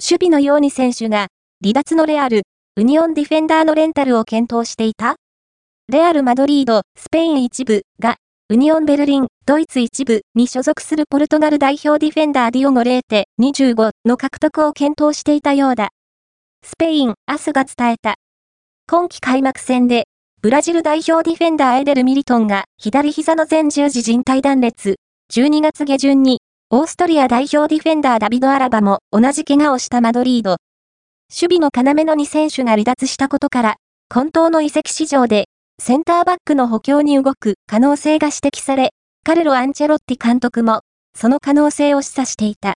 守備のように選手が、離脱のレアル、ユニオンディフェンダーのレンタルを検討していた？レアル・マドリード、スペイン一部が、ユニオン・ベルリン、ドイツ一部に所属するポルトガル代表ディフェンダーディオゴ・レーテ、25の獲得を検討していたようだ。スペイン、アスが伝えた。今季開幕戦で、ブラジル代表ディフェンダーエデル・ミリトンが左膝の前十字靭帯断裂、12月下旬に、オーストリア代表ディフェンダーダビド・アラバも同じ怪我をしたマドリード。守備の要の2選手が離脱したことから、今冬の移籍市場で、センターバックの補強に動く可能性が指摘され、カルロ・アンチェロッティ監督も、その可能性を示唆していた。